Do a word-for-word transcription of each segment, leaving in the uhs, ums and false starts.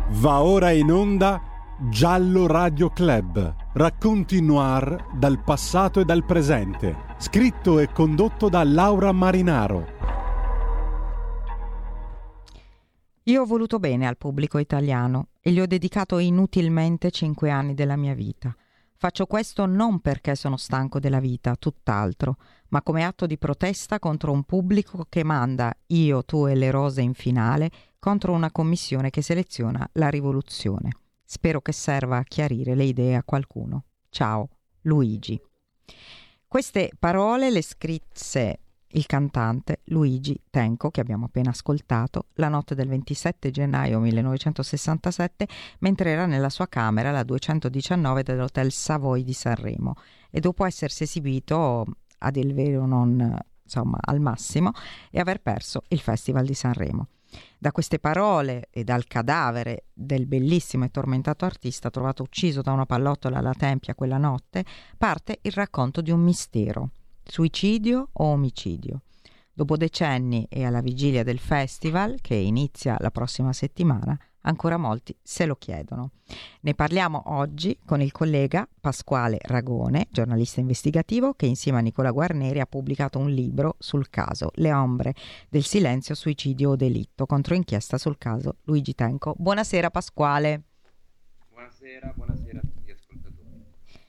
Va ora in onda Giallo Radio Club, racconti noir dal passato e dal presente, scritto e condotto da Laura Marinaro. Io ho voluto bene al pubblico italiano e gli ho dedicato inutilmente cinque anni della mia vita. Faccio questo non perché sono stanco della vita, tutt'altro, ma come atto di protesta contro un pubblico che manda io, tu e le rose in finale contro una commissione che seleziona la rivoluzione. Spero che serva a chiarire le idee a qualcuno. Ciao, Luigi. Queste parole le scrisse il cantante Luigi Tenco, che abbiamo appena ascoltato, la notte del ventisette gennaio millenovecentosessantasette, mentre era nella sua camera, la duecentodiciannove dell'Hotel Savoy di Sanremo, e dopo essersi esibito, a dir il vero non insomma al massimo, e aver perso il Festival di Sanremo. Da queste parole e dal cadavere del bellissimo e tormentato artista trovato ucciso da una pallottola alla tempia quella notte, parte il racconto di un mistero. Suicidio o omicidio? Dopo decenni e alla vigilia del festival, che inizia la prossima settimana, ancora molti se lo chiedono. Ne parliamo oggi con il collega Pasquale Ragone, giornalista investigativo, che insieme a Nicola Guarneri ha pubblicato un libro sul caso Le ombre del silenzio, suicidio o delitto, contro inchiesta sul caso Luigi Tenco. Buonasera Pasquale. Buonasera, buonasera a tutti gli ascoltatori.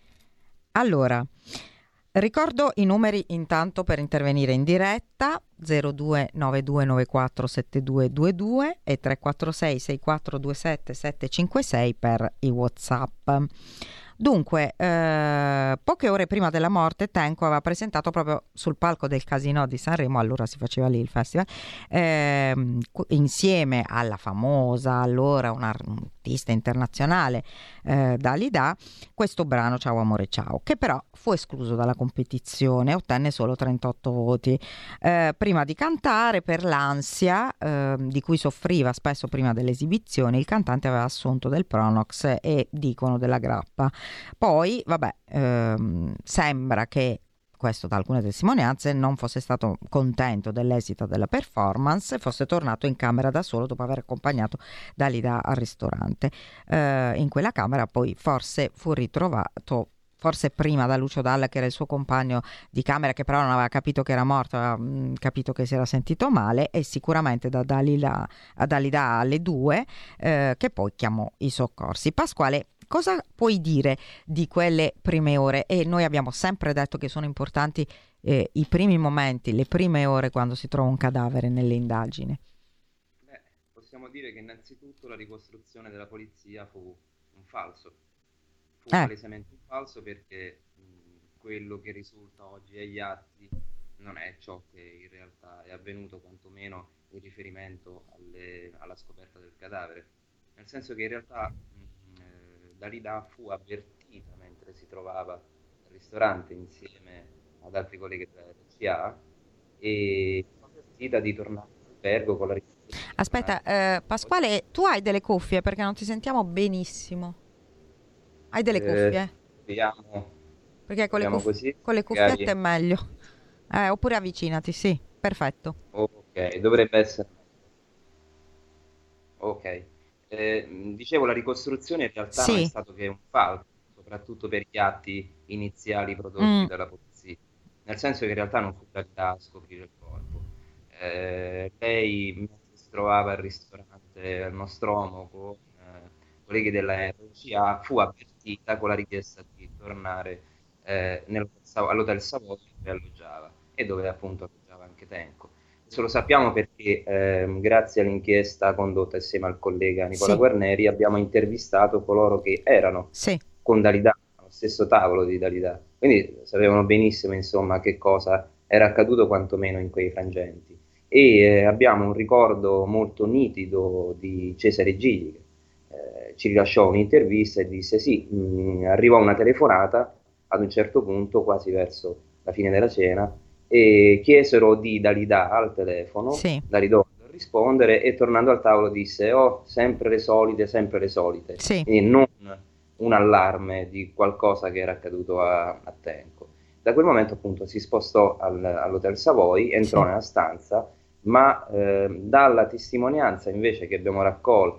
Allora, ricordo i numeri intanto per intervenire in diretta: zero due nove due nove quattro sette due due due e tre quattro sei sei quattro due sette sette cinque sei per i WhatsApp. Dunque, eh, poche ore prima della morte Tenco aveva presentato proprio sul palco del Casino di Sanremo, allora si faceva lì il festival, eh, insieme alla famosa, allora un'artista internazionale, eh, Dalida, questo brano Ciao amore ciao, che però fu escluso dalla competizione, ottenne solo trentotto voti. Eh, prima di cantare, per l'ansia eh, di cui soffriva spesso prima delle esibizioni, il cantante aveva assunto del Pronox e dicono della grappa. Poi, vabbè, ehm, sembra che, questo da alcune testimonianze, non fosse stato contento dell'esito della performance e fosse tornato in camera da solo dopo aver accompagnato Dalida al ristorante. Eh, in quella camera poi forse fu ritrovato, forse prima da Lucio Dalla, che era il suo compagno di camera, che però non aveva capito che era morto, aveva mh, capito che si era sentito male, e sicuramente da Dalila, a Dalida alle due, eh, che poi chiamò i soccorsi. Pasquale, cosa puoi dire di quelle prime ore? E noi abbiamo sempre detto che sono importanti eh, i primi momenti, le prime ore quando si trova un cadavere nelle indagini. Beh, possiamo dire che innanzitutto la ricostruzione della polizia fu un falso. Fu Eh. palesemente un falso, perché mh, quello che risulta oggi agli atti non è ciò che in realtà è avvenuto, quantomeno in riferimento alle, alla scoperta del cadavere. Nel senso che in realtà mh, eh, Dalida fu avvertita mentre si trovava al ristorante insieme ad altri colleghi della R C A, e fu avvertita di tornare all'albergo con la richiesta di Aspetta, tornare. eh, Pasquale, tu hai delle cuffie perché non ti sentiamo benissimo. Hai delle Eh, cuffie? Proviamo, Perché con le, proviamo cuff- così, con le magari. cuffiette è meglio. Eh, oppure avvicinati, sì, perfetto. Ok, dovrebbe essere. Ok. Eh, mh, dicevo, la ricostruzione in realtà non è Sì. stato che un falso, soprattutto per gli atti iniziali prodotti Mm. dalla polizia, nel senso che in realtà non fu Dalida a scoprire il corpo. Eh, lei, mentre si trovava al ristorante al Nostromo con eh, colleghi della R C A, fu avvertita con la richiesta di tornare eh, nel- all'Hotel Savoy dove alloggiava e dove appunto alloggiava anche Tenco. Questo lo sappiamo perché ehm, grazie all'inchiesta condotta insieme al collega Nicola Sì, Guarneri abbiamo intervistato coloro che erano sì, con Dalida allo stesso tavolo di Dalida, quindi sapevano benissimo insomma che cosa era accaduto quantomeno in quei frangenti. E eh, abbiamo un ricordo molto nitido di Cesare Gigli, che eh, ci rilasciò un'intervista e disse sì, mh, arrivò una telefonata ad un certo punto, quasi verso la fine della cena, e chiesero di Dalida al telefono, sì, Dalida a rispondere, e tornando al tavolo disse oh, sempre le solite, sempre le solite, sì, quindi non un allarme di qualcosa che era accaduto a, a Tenco. Da quel momento appunto si spostò al, all'Hotel Savoy, entrò sì. nella stanza, ma eh, dalla testimonianza invece che abbiamo raccolto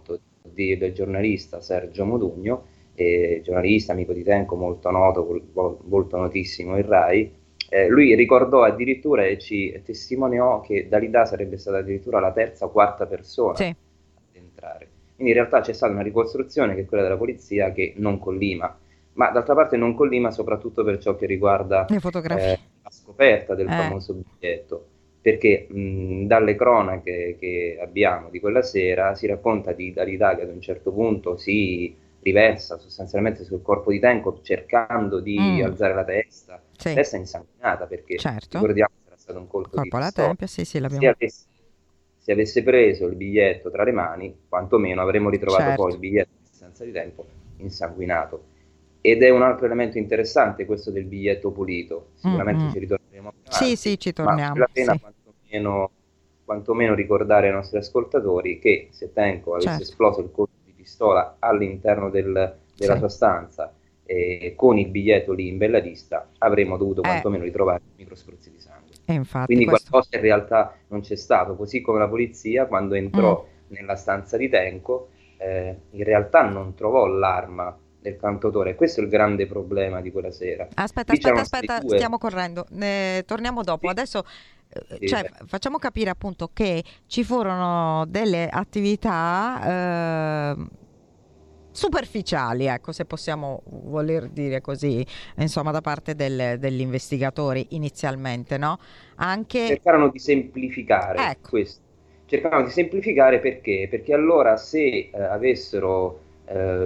di, del giornalista Sergio Modugno, eh, giornalista, amico di Tenco, molto noto, molto notissimo in Rai. Eh, lui ricordò addirittura e ci testimoniò che Dalida sarebbe stata addirittura la terza o quarta persona sì. ad entrare. Quindi in realtà c'è stata una ricostruzione, che è quella della polizia, che non collima, ma d'altra parte non collima soprattutto per ciò che riguarda Le fotografie. eh, la scoperta del Eh. famoso biglietto, perché mh, dalle cronache che abbiamo di quella sera si racconta di Dalida che ad un certo punto si riversa sostanzialmente sul corpo di Tenco cercando di Mm. alzare la testa, Sì. testa insanguinata, perché Certo. ricordiamo che era stato un colpo, Colpo di alla pistola. tempia, sì, sì, Se l'abbiamo. avesse, se avesse preso il biglietto tra le mani, quantomeno avremmo ritrovato Certo. poi il biglietto a distanza di tempo insanguinato. Ed è un altro elemento interessante questo del biglietto pulito. Sicuramente Mm-mm. ci ritorneremo più Sì, avanti, sì, ci ma vale torniamo. la pena Sì. quantomeno, quantomeno ricordare ai nostri ascoltatori che se Tenco avesse Certo. esploso il colpo di pistola all'interno del, della Sì. sua stanza eh, con il biglietto lì in bella vista, avremmo dovuto Eh. quantomeno ritrovare microspruzzi di sangue. E infatti Quindi questo. qualcosa in realtà non c'è stato, così come la polizia quando entrò Mm. nella stanza di Tenco eh, in realtà non trovò l'arma del cantautore. Questo è il grande problema di quella sera. Aspetta, Lì aspetta, c'erano stati aspetta, due. stiamo correndo. Ne torniamo dopo. Sì, Adesso eh, sì, cioè, beh. facciamo capire appunto che ci furono delle attività eh, superficiali, ecco, se possiamo voler dire così, insomma, da parte del- degli investigatori inizialmente, no? Anche, Cercarono di semplificare ecco, questo. Cercarono di semplificare perché? Perché allora se eh, avessero eh,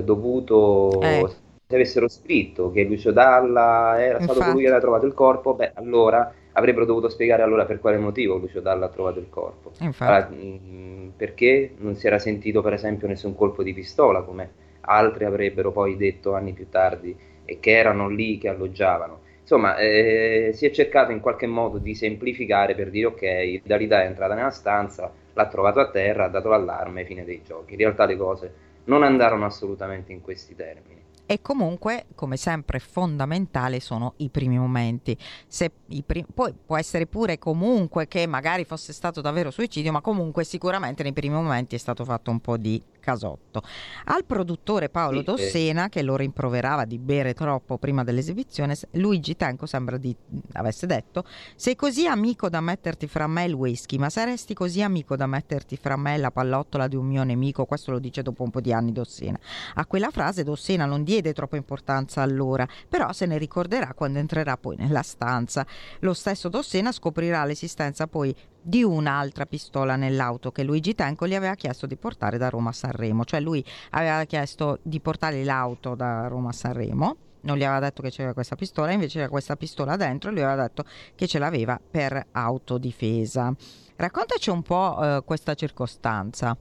eh, dovuto, se avessero scritto che Lucio Dalla era stato colui che infatti, aveva trovato il corpo, beh, allora avrebbero dovuto spiegare allora per quale motivo Lucio Dalla ha trovato il corpo. infatti. Allora, mh, perché non si era sentito per esempio nessun colpo di pistola, come altri avrebbero poi detto anni più tardi, e che erano lì, che alloggiavano. Insomma, eh, si è cercato in qualche modo di semplificare per dire ok, Dalida è entrata nella stanza, l'ha trovato a terra, ha dato l'allarme, fine dei giochi. In realtà le cose non andarono assolutamente in questi termini. E comunque, come sempre, fondamentale sono i primi momenti. Se i pri- poi può essere pure comunque che magari fosse stato davvero suicidio, ma comunque sicuramente nei primi momenti è stato fatto un po' di casotto. Al produttore Paolo Sì, eh, Dossena, che lo rimproverava di bere troppo prima dell'esibizione, s- Luigi Tenco sembra di avesse detto: sei così amico da metterti fra me il whisky, ma saresti così amico da metterti fra me la pallottola di un mio nemico? Questo lo dice dopo un po' di anni Dossena. A quella frase Dossena non diede troppa importanza allora, però se ne ricorderà quando entrerà poi nella stanza. Lo stesso Dossena scoprirà l'esistenza poi di un'altra pistola nell'auto che Luigi Tenco gli aveva chiesto di portare da Roma a Sanremo, cioè lui aveva chiesto di portare l'auto da Roma a Sanremo, non gli aveva detto che c'era questa pistola, invece c'era questa pistola dentro e lui aveva detto che ce l'aveva per autodifesa. Raccontaci un po' eh, questa circostanza,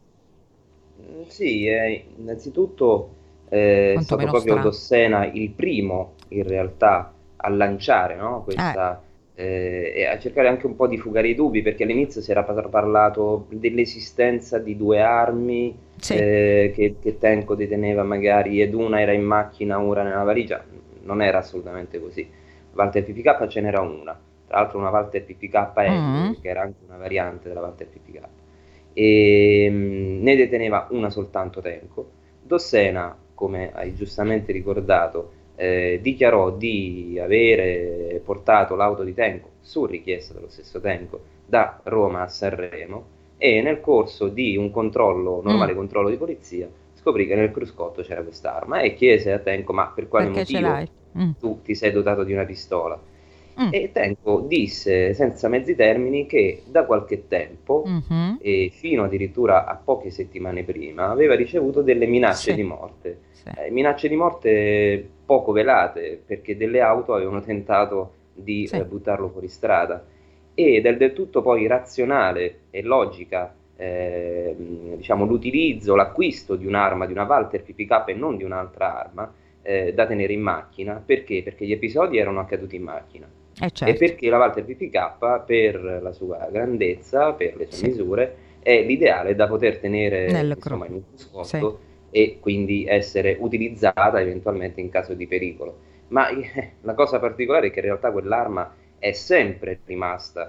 Mm, Sì, eh, innanzitutto eh, è stato quantomeno proprio strana. Dossena il primo in realtà a lanciare, no, Eh, questa eh, e a cercare anche un po' di fugare i dubbi, perché all'inizio si era par- parlato dell'esistenza di due armi sì, eh, che, che Tenco deteneva magari, ed una era in macchina, una nella valigia. Non era assolutamente così. Walter P P K ce n'era una, tra l'altro una Walter P P K mm, L, che era anche una variante della Walter P P K, e mh, ne deteneva una soltanto Tenco. Dossena, come hai giustamente ricordato, eh, dichiarò di avere portato l'auto di Tenco, su richiesta dello stesso Tenco, da Roma a Sanremo, e nel corso di un controllo, mm, normale controllo di polizia, scoprì che nel cruscotto c'era quest'arma e chiese a Tenco: ma per quale perché ce motivo l'hai? Mm, tu ti sei dotato di una pistola? mm, E Tenco disse senza mezzi termini che da qualche tempo, mhm, e fino addirittura a poche settimane prima, aveva ricevuto delle minacce sì, di morte. sì, Eh, minacce di morte poco velate, perché delle auto avevano tentato di sì, eh, buttarlo fuori strada. Ed è del tutto poi razionale e logica, eh, diciamo, l'utilizzo, l'acquisto di un'arma, di una Walter P P K e non di un'altra arma, eh, da tenere in macchina. Perché? Perché gli episodi erano accaduti in macchina, eh e certo, perché la Walter P P K, per la sua grandezza, per le sue sì, misure, è l'ideale da poter tenere nel cro- insomma in un sì. cruscotto e quindi essere utilizzata eventualmente in caso di pericolo. Ma eh, la cosa particolare è che in realtà quell'arma è sempre rimasta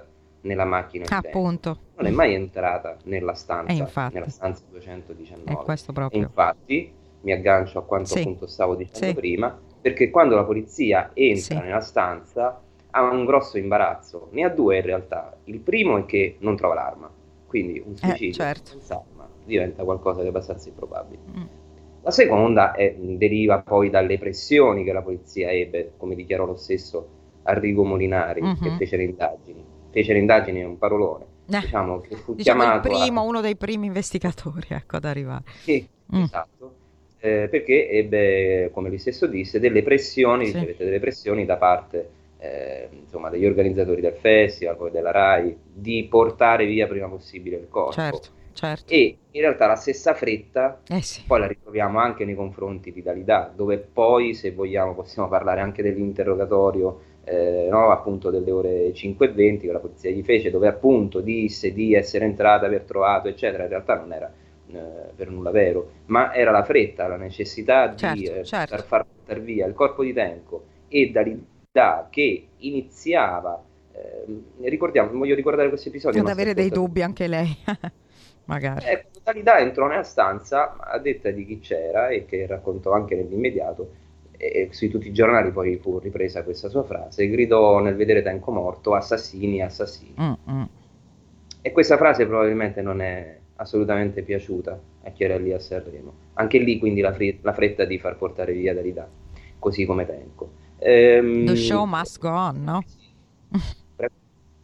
nella macchina di Appunto. Tenco, non è mai entrata nella stanza, E infatti. nella stanza duecentodiciannove. È questo E proprio. infatti mi aggancio a quanto Sì. appunto stavo dicendo Sì. prima, perché quando la polizia entra Sì. nella stanza ha un grosso imbarazzo, ne ha due in realtà. Il primo è che non trova l'arma, quindi un suicidio Eh, certo. senza arma diventa qualcosa di abbastanza improbabile. Mm. La seconda è, deriva poi dalle pressioni che la polizia ebbe, come dichiarò lo stesso Arrigo Molinari, Mhm. che fece le indagini. Fece le indagini è un parolone, Eh, diciamo che fu diciamo il chiamato primo, a... uno dei primi investigatori, ecco, ad arrivare. Sì, Mm. esatto, eh, perché ebbe, come lui stesso disse, delle pressioni, Sì. ricevette delle pressioni da parte eh, insomma, degli organizzatori del festival, poi della RAI, di portare via prima possibile il corpo. Certo, certo. E in realtà la stessa fretta Eh sì. poi la ritroviamo anche nei confronti di Dalida, dove poi, se vogliamo, possiamo parlare anche dell'interrogatorio, eh, no, appunto delle ore cinque e venti che la polizia gli fece, dove appunto disse di essere entrata, aver trovato, eccetera. In realtà non era eh, per nulla vero, ma era la fretta, la necessità di Certo, eh, certo. far, far portare via il corpo di Tenco e Dalida che iniziava, eh, ricordiamo, voglio ricordare questo episodio. Ad ma avere se dei fosse- dubbi anche lei, magari. Eh, Dalida entrò nella stanza a detta di chi c'era e che raccontò anche nell'immediato, e sui tutti i giornali poi fu ripresa questa sua frase, gridò nel vedere Tenco morto: assassini, assassini. Mm, mm. E questa frase probabilmente non è assolutamente piaciuta a Chiarelli e a Sanremo. Anche lì quindi la, fri- la fretta di far portare via Dalida, così come Tenco. Ehm, The show must go on, no? Prego.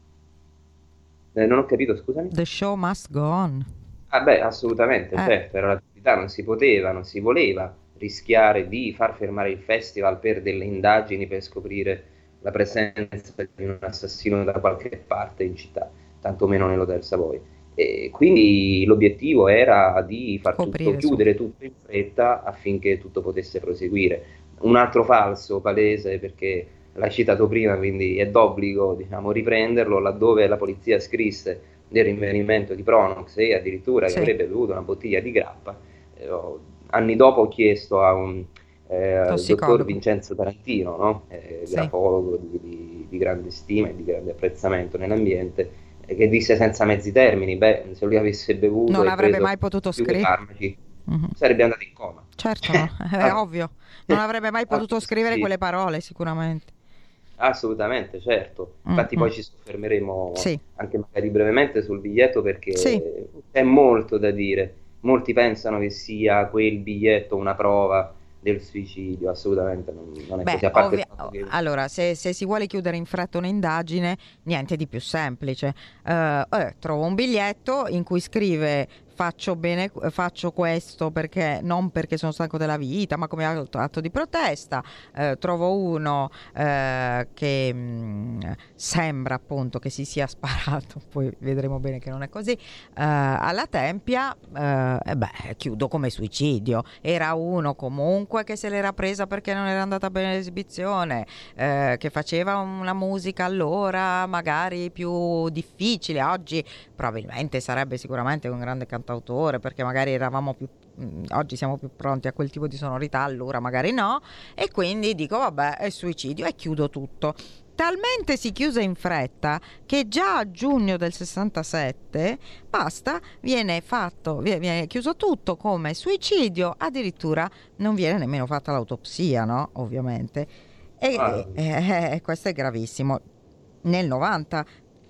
Eh, non ho capito, scusami. The show must go on. Ah beh, assolutamente, Eh. certo, era la priorità, non si poteva, non si voleva rischiare di far fermare il festival per delle indagini, per scoprire la presenza di un assassino da qualche parte in città, tantomeno nell'Hotel Savoy. E quindi l'obiettivo era di far Coprire tutto, chiudere tutto in fretta affinché tutto potesse proseguire. Un altro falso palese, perché l'hai citato prima, quindi è d'obbligo, diciamo, riprenderlo, laddove la polizia scrisse del rinvenimento di Pronox e addirittura Sì. che avrebbe bevuto una bottiglia di grappa. Eh, ho- anni dopo ho chiesto a un eh, al Tossicologo. dottor Vincenzo Tarantino, no? Eh, Sì. grafologo di, di- di grande stima e di grande apprezzamento nell'ambiente, eh, che disse senza mezzi termini: beh, se lui avesse bevuto Non e avrebbe preso mai potuto più dei scrivere. farmaci, Mhm. sarebbe andato in coma. Certo, no, è Ah. ovvio. Non avrebbe mai potuto Ah, scrivere sì. quelle parole, sicuramente. Assolutamente, certo. Infatti Mm, poi mm. ci soffermeremo Sì. anche magari brevemente sul biglietto, perché Sì. c'è molto da dire. Molti pensano che sia quel biglietto una prova del suicidio, assolutamente non, non è Beh, così, a parte il ovvia- fatto che... allora, se, se si vuole chiudere in fretta un'indagine, niente di più semplice. Eh, eh, trovo un biglietto in cui scrive: faccio bene, faccio questo perché non perché sono stanco della vita, ma come atto, atto di protesta. Eh, trovo uno eh, che mh, sembra appunto che si sia sparato, poi vedremo bene che non è così, eh, alla tempia, eh, e beh, chiudo come suicidio. Era uno comunque che se l'era presa perché non era andata bene l'esibizione, eh, che faceva una musica allora magari più difficile. Oggi probabilmente sarebbe sicuramente un grande cantautore, perché magari eravamo più mh, oggi siamo più pronti a quel tipo di sonorità, allora magari no, e quindi dico vabbè, è suicidio e chiudo tutto. Talmente si chiuse in fretta che già a giugno del sessantasette basta, viene fatto, viene, viene chiuso tutto come suicidio, addirittura non viene nemmeno fatta l'autopsia, no? Ovviamente. E, Ah. e- e questo è gravissimo. Nel novanta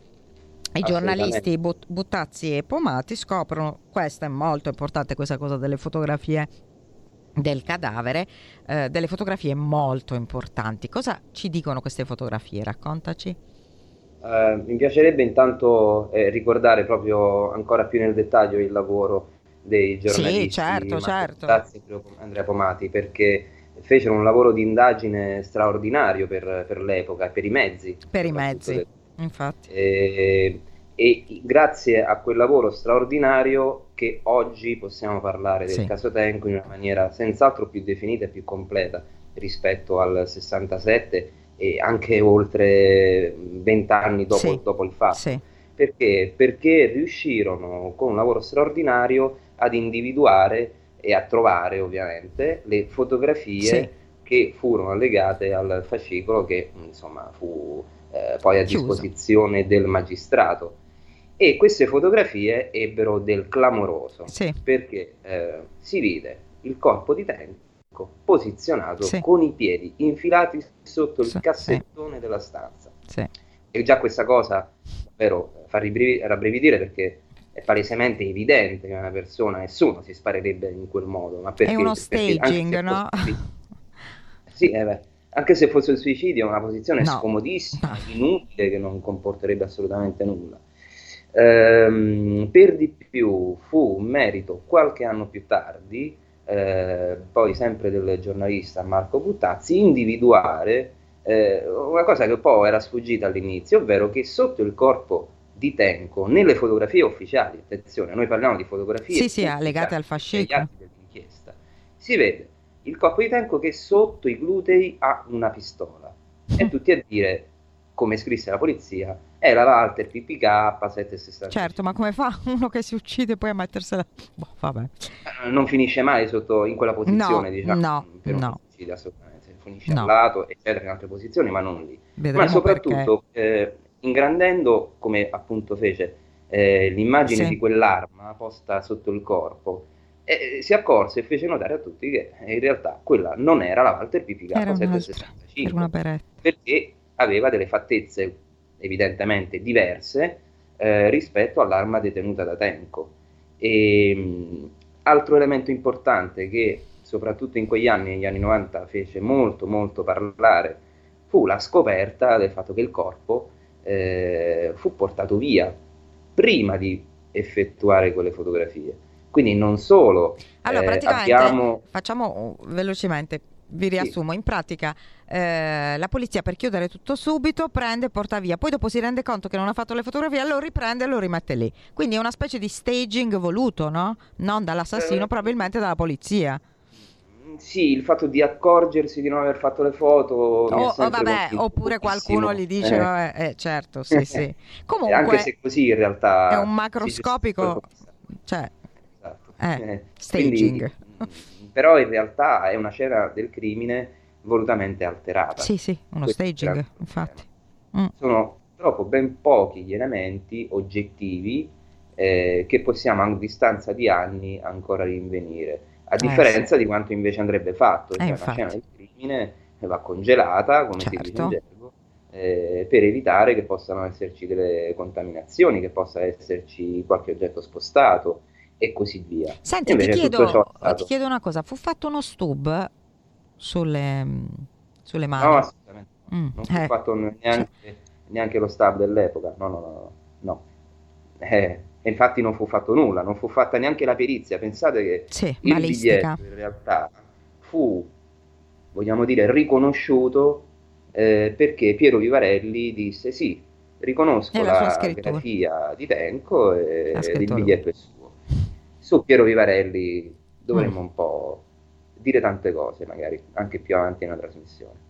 i giornalisti But- Buttazzi e Pomati scoprono, questo è molto importante, questa cosa delle fotografie del cadavere, eh, delle fotografie molto importanti. Cosa ci dicono queste fotografie? Raccontaci. Eh, mi piacerebbe intanto eh, ricordare proprio ancora più nel dettaglio il lavoro dei giornalisti Sì, certo, Marco certo. Buttazzi e Andrea Pomati, perché fecero un lavoro di indagine straordinario per, per l'epoca e per i mezzi. Per i soprattutto mezzi, del- infatti. Eh, e grazie a quel lavoro straordinario che oggi possiamo parlare del Sì. caso Tenco in una maniera senz'altro più definita e più completa rispetto al sessantasette e anche oltre vent'anni dopo, Sì. dopo il fatto. Sì. Perché? Perché riuscirono con un lavoro straordinario ad individuare e a trovare ovviamente le fotografie Sì. che furono allegate al fascicolo che insomma fu eh, poi a Chiuso. disposizione del magistrato. E queste fotografie ebbero del clamoroso, Sì. perché eh, si vide il corpo di Tenco posizionato Sì. con i piedi infilati sotto il Sì, cassettone sì. della stanza. Sì. E già questa cosa davvero fa ribriv- rabbrividire, perché è palesemente evidente che una persona, nessuno si sparerebbe in quel modo. Ma perché? È uno Perché staging, anche se no? fosse, sì, eh beh, anche se fosse il suicidio, è una posizione No. scomodissima, No. inutile, che non comporterebbe assolutamente nulla. Ehm, per di più fu un merito qualche anno più tardi, eh, poi sempre del giornalista Marco Buttazzi, individuare eh, una cosa che un po' era sfuggita all'inizio, ovvero che sotto il corpo di Tenco, nelle fotografie ufficiali, attenzione, noi parliamo di fotografie Sì, sì, legate al agli fascicolo, atti dell'inchiesta, si vede il corpo di Tenco che sotto i glutei ha una pistola, e tutti a dire, come scrisse la polizia, è la Walther P P K settecentosessantacinque. certo, ma come fa uno che si uccide poi a mettersela? Boh, vabbè. Non finisce mai sotto in quella posizione, No, diciamo, no, per un no. suicidio, assolutamente, finisce No. a lato, eccetera, in altre posizioni, ma non lì. Vedremo Ma soprattutto eh, ingrandendo, come appunto fece eh, l'immagine Sì. di quell'arma posta sotto il corpo, eh, si accorse e fece notare a tutti che eh, in realtà quella non era la Walther P P K Era un'altra, settecentosessantacinque, era una beretta. perché aveva delle fattezze evidentemente diverse eh, rispetto all'arma detenuta da Tenco. E mh, altro elemento importante che soprattutto in quegli anni, negli anni novanta, fece molto molto parlare, fu la scoperta del fatto che il corpo eh, fu portato via prima di effettuare quelle fotografie. Quindi non solo Allora, eh, praticamente, abbiamo... facciamo uh, velocemente, vi riassumo, in pratica eh, la polizia, per chiudere tutto subito, prende e porta via, poi dopo si rende conto che non ha fatto le fotografie, lo riprende e lo rimette lì. Quindi è una specie di staging voluto, no? Non dall'assassino, Eh, probabilmente dalla polizia. Sì, il fatto di accorgersi di non aver fatto le foto mi O, ha o sempre vabbè, convinto oppure qualcuno pochissimo. gli dice, Eh. vabbè, eh, certo, sì, sì. Anche Comunque se così in realtà è un si macroscopico, gestisce cioè, esatto. eh, Eh, staging. quindi, mh, però in realtà è una scena del crimine volutamente alterata. Sì, sì, uno Questo è il staging, grande infatti. problema. Mm. Sono troppo ben pochi gli elementi oggettivi eh, che possiamo a distanza di anni ancora rinvenire, a Eh, differenza sì. di quanto invece andrebbe fatto, Eh, cioè una scena infatti. del crimine va congelata, come si dice in Certo. gergo, eh, per evitare che possano esserci delle contaminazioni, che possa esserci qualche oggetto spostato e così via. Senti, E ti invece tutto chiedo, ciò è ti stato... chiedo una cosa, fu fatto uno stub sulle, mm, sulle No, mani? assolutamente no. Mm, Non fu eh, fatto cioè, neanche, neanche lo stab dell'epoca, no, no, no, no, no. Eh, e infatti non fu fatto nulla, non fu fatta neanche la perizia. Pensate che sì, il balistica. biglietto in realtà fu, vogliamo dire, riconosciuto eh, perché Piero Vivarelli disse sì, riconosco E la sua la scrittura. grafia di Tenco Ha e il scritto lui. biglietto è suo. Su Piero Vivarelli Mm. dovremmo un po' dire tante cose, magari anche più avanti nella trasmissione.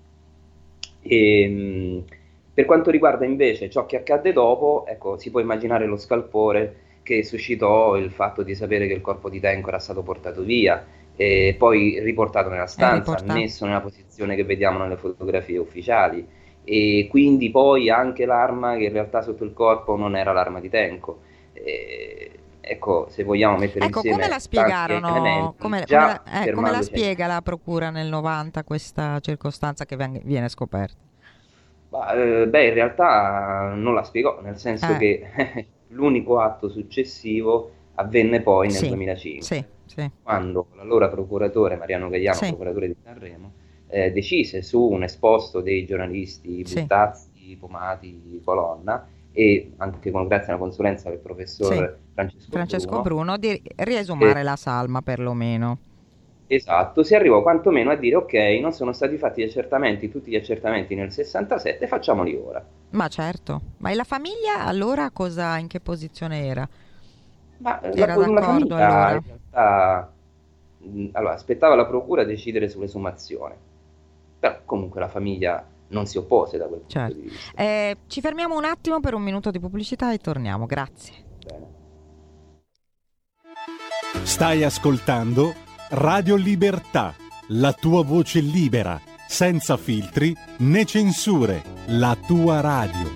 E, mh, per quanto riguarda invece ciò che accadde dopo, ecco, si può immaginare lo scalpore che suscitò il fatto di sapere che il corpo di Tenco era stato portato via e poi riportato nella È stanza, riportato. messo nella posizione che vediamo nelle fotografie ufficiali, e quindi poi anche l'arma che in realtà sotto il corpo non era l'arma di Tenco. E, ecco, se vogliamo mettere Ecco, insieme come la tanti spiegarono? elementi, Come, come già la, eh, come la fermandoci spiega la procura nel novanta questa circostanza che veng- viene scoperta? Ma, eh, beh, in realtà non la spiegò, nel senso Eh, che l'unico atto successivo avvenne poi nel sì, duemilacinque, sì, sì, quando l'allora procuratore Mariano Gagliano, sì, procuratore di Sanremo, eh, decise su un esposto dei giornalisti sì, Buttazzi, Pomati, Colonna, e anche con, grazie alla consulenza del sì. professor Francesco Francesco Bruno, Bruno, di eh, riesumare la salma perlomeno. esatto, si arrivò quantomeno a dire ok, non sono stati fatti gli accertamenti, tutti gli accertamenti nel sessantasette, facciamoli ora. Ma certo, ma e la famiglia allora cosa, in che posizione era? Ma eh, la, Era la d'accordo famiglia allora? in realtà mh, allora, aspettava la procura a decidere sull'esumazione, però comunque la famiglia non si oppose da quel punto Certo. di vista. Eh, ci fermiamo un attimo per un minuto di pubblicità e torniamo, grazie. Bene. Stai ascoltando Radio Libertà, la tua voce libera, senza filtri né censure, la tua radio.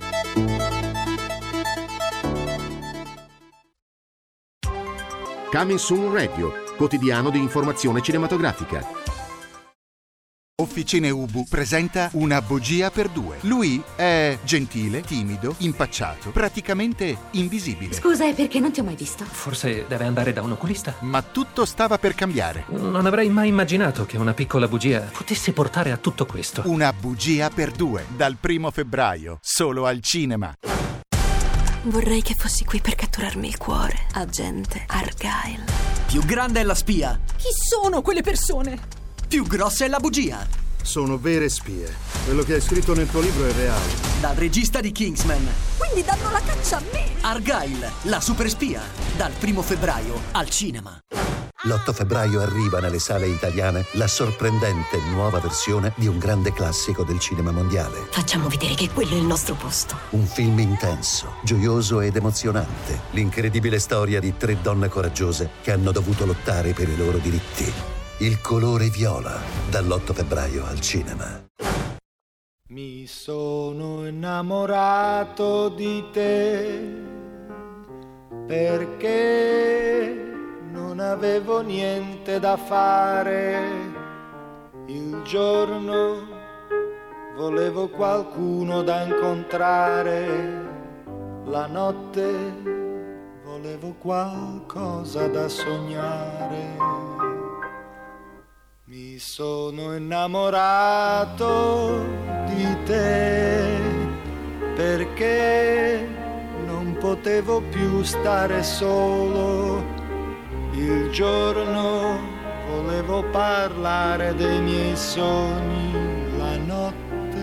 Coming Soon Radio, quotidiano di informazione cinematografica. Officine Ubu presenta Una bugia per due. Lui è gentile, timido, impacciato, praticamente invisibile. Scusa, è perché non ti ho mai visto? Forse deve andare da un oculista? Ma tutto stava per cambiare. Non avrei mai immaginato che una piccola bugia potesse portare a tutto questo. Una bugia per due, dal primo febbraio, solo al cinema. Vorrei che fossi qui per catturarmi il cuore, agente Argyle. Più grande è la spia. Chi sono quelle persone? Più grossa è la bugia. Sono vere spie. Quello che hai scritto nel tuo libro è reale. Dal regista di Kingsman. Quindi danno la caccia a me. Argyle, la super spia. Dal primo febbraio al cinema. L'otto febbraio arriva nelle sale italiane la sorprendente nuova versione di un grande classico del cinema mondiale. Facciamo vedere che quello è il nostro posto. Un film intenso, gioioso ed emozionante. L'incredibile storia di tre donne coraggiose che hanno dovuto lottare per i loro diritti. Il colore viola, dall'otto febbraio al cinema. Mi sono innamorato di te perché non avevo niente da fare. Il giorno volevo qualcuno da incontrare, la notte volevo qualcosa da sognare. Mi sono innamorato di te perché non potevo più stare solo. Il giorno volevo parlare dei miei sogni, la notte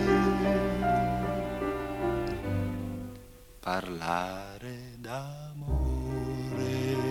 parlare d'amore.